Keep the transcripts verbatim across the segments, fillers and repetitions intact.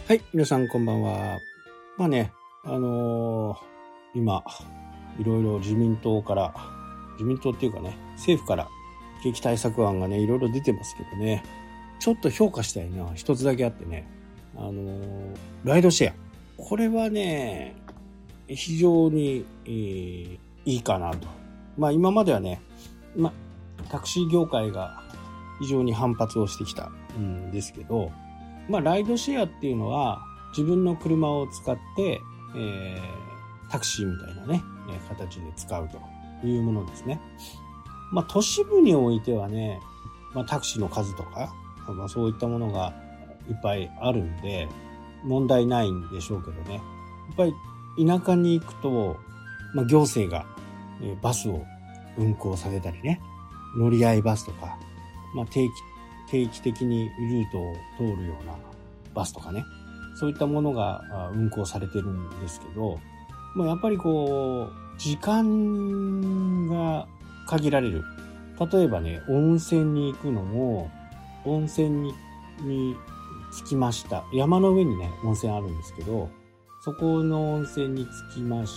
はい、皆さんこんばんは。まあね、あのー、今いろいろ自民党から自民党っていうかね、政府から景気対策案がねいろいろ出てますけどね、ちょっと評価したいのは一つだけあってね、あのー、ライドシェア、これはね非常に、えー、いいかなと。まあ今まではね、まあタクシー業界が非常に反発をしてきたんですけど、まあライドシェアっていうのは自分の車を使って、えー、タクシーみたいなね形で使うというものですね。まあ都市部においてはね、まあ、タクシーの数とか、まあ、そういったものがいっぱいあるんで問題ないんでしょうけどね、やっぱり田舎に行くと、まあ、行政がバスを運行させたりね、乗り合いバスとか、まあ、定期定期的にルートを通るようなバスとかね、そういったものが運行されてるんですけど、まあ、やっぱりこう時間が限られる。例えばね、温泉に行くのも、温泉にに着きました。山の上にね温泉あるんですけど、そこの温泉に着きました。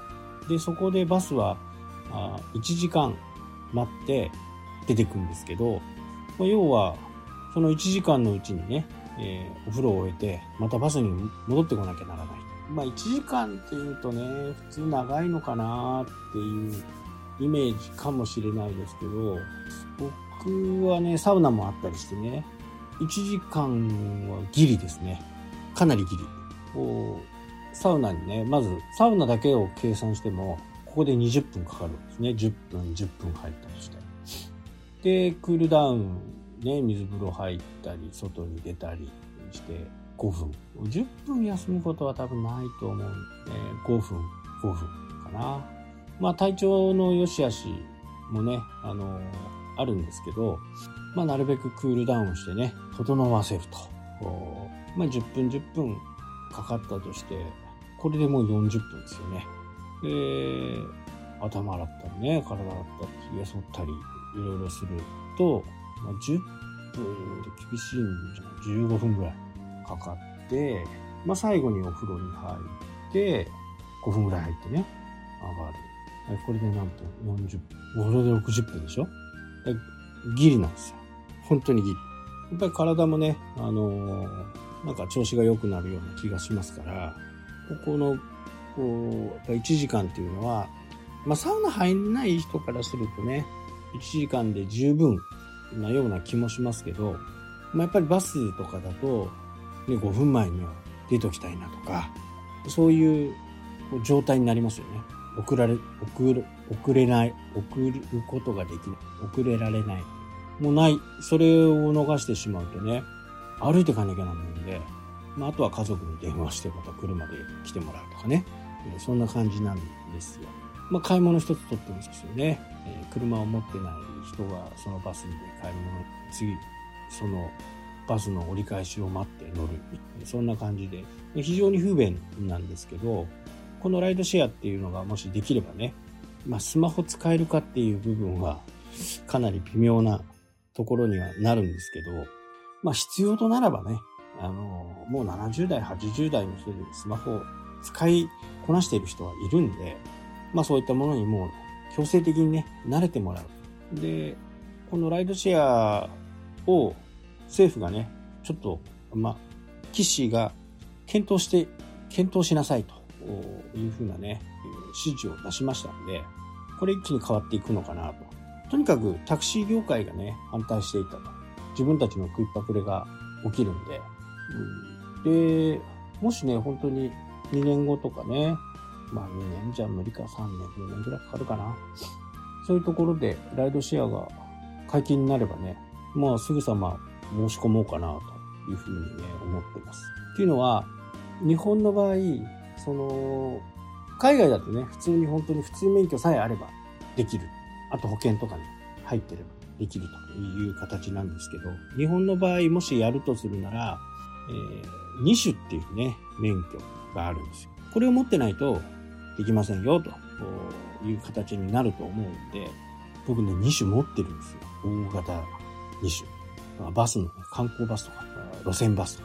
でそこでバスはあいちじかん待って出てくるんですけど、まあ、要はそのいちじかんのうちにね、えー、お風呂を終えてまたバスに戻ってこなきゃならない。まあいちじかんっていうとね普通長いのかなっていうイメージかもしれないですけど、僕はねサウナもあったりしてね、いちじかんはギリですね。かなりギリ。こうサウナにね、まずサウナだけを計算してもここでにじゅっぷんかかるんですね。じゅっぷんじゅっぷん入ったりして、でクールダウンね、水風呂入ったり外に出たりしてごふん、じゅっぷん休むことは多分ないと思うんで、ごふんごふんかな。まあ体調の良し悪しもね、あのー、あるんですけど、まあなるべくクールダウンしてね整わせると、まあじゅっぷんじゅっぷんかかったとして、これでもうよんじゅっぷんですよね。で頭洗ったりね、体洗ったりひげ剃ったりいろいろすると、まあ、じゅっぷんで厳しいんじゃない、じゅうごふんぐらいかかって、まあ最後にお風呂に入ってごふんぐらい入ってね上がる。これでなんとよんじゅっぷん、これでろくじゅっぷんでしょ。ギリなんですよ。本当にギリ。やっぱり体もね、あのー、なんか調子が良くなるような気がしますから、ここのこうやっぱいちじかんっていうのは、まあサウナ入んない人からするとねいちじかんで十分なような気もしますけど、まあ、やっぱりバスとかだと、ね、ごふんまえには出ときたいなとか、そういう状態になりますよね。遅られ遅れ遅れない遅ることができない、遅れられない、もうない。それを逃してしまうとね歩いていかなきゃならないんで、まあ、あとは家族に電話してまた車で来てもらうとかね、そんな感じなんですよ。まあ、買い物一つ取ってもいいですよね。えー、車を持ってない人がそのバスで買い物、次そのバスの折り返しを待って乗る、そんな感じで非常に不便なんですけど、このライドシェアっていうのがもしできればね、まあ、スマホ使えるかっていう部分はかなり微妙なところにはなるんですけど、まあ必要とならばね、あのもうななじゅう代はちじゅう代の人でスマホを使いこなしている人はいるんで、まあそういったものにもう強制的にね慣れてもらう。でこのライドシェアを政府がねちょっとまあ岸氏が検討して検討しなさいというふうなね指示を出しましたので、これ一気に変わっていくのかなと。とにかくタクシー業界がね反対していたと、自分たちの食いっぱくれが起きるんで、うん、でもしね本当ににねんごとかね、まあにねんじゃ無理か、さんねんよねんぐらいかかるかな、そういうところでライドシェアが解禁になればね、まあすぐさま申し込もうかなというふうにね思ってます。っていうのは日本の場合、その海外だとね普通に本当に普通免許さえあればできる、あと保険とかに入ってればできるという形なんですけど、日本の場合もしやるとするなら、えー、に種っていうね免許があるんですよ。これを持ってないとできませんよという形になると思うんで、僕ねに種持ってるんですよ。大型に種、バスの、ね、観光バスとか路線バスとか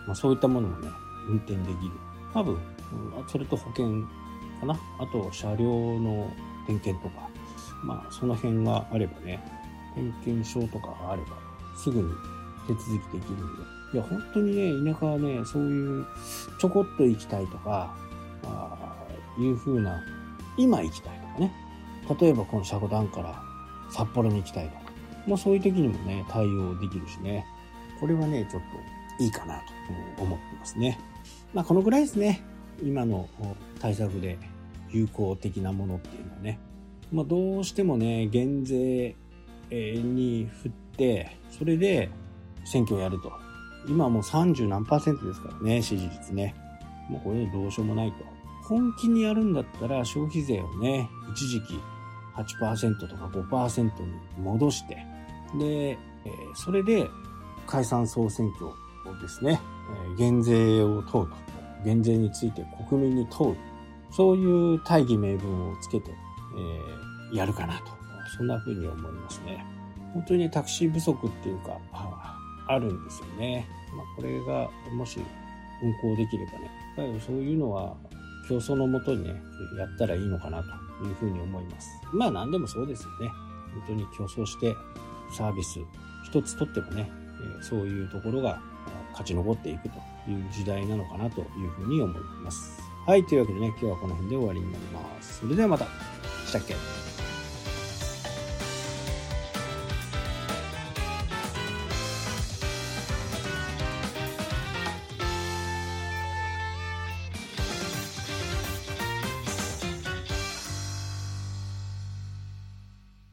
まあ、そういったものもね、運転できる。多分、うん、それと保険かな。あと、車両の点検とか、まあ、その辺があればね、点検証とかがあれば、すぐに手続きできるんで。いや、本当にね、田舎はね、そういう、ちょこっと行きたいとか、あいう風な、今行きたいとかね。例えば、この積丹から札幌に行きたいとか。もうそういう時にもね、対応できるしね。これはね、ちょっといいかなと思ってますね。まあ、このぐらいですね。今の対策で有効的なものっていうのはね。まあ、どうしてもね、減税に振って、それで選挙をやると。今はもうさんじゅうなんパーセントですからね、支持率ね。もうこれでどうしようもないと。本気にやるんだったら消費税をね、一時期 はちパーセント とか ごパーセント に戻して、で、それで解散総選挙をですね、減税を問うと。減税について国民に問う。そういう大義名分をつけて、えー、やるかなと。そんな風に思いますね。本当にね、タクシー不足っていうか、あ, あるんですよね。まあ、これがもし運行できればね、やっぱりそういうのは競争のもとにね、やったらいいのかなという風に思います。まあ何でもそうですよね。本当に競争してサービス一つとってもね、そういうところが勝ち残っていくという時代なのかなというふうに思います。はい、というわけでね、今日はこの辺で終わりになります。それではまた。したっけ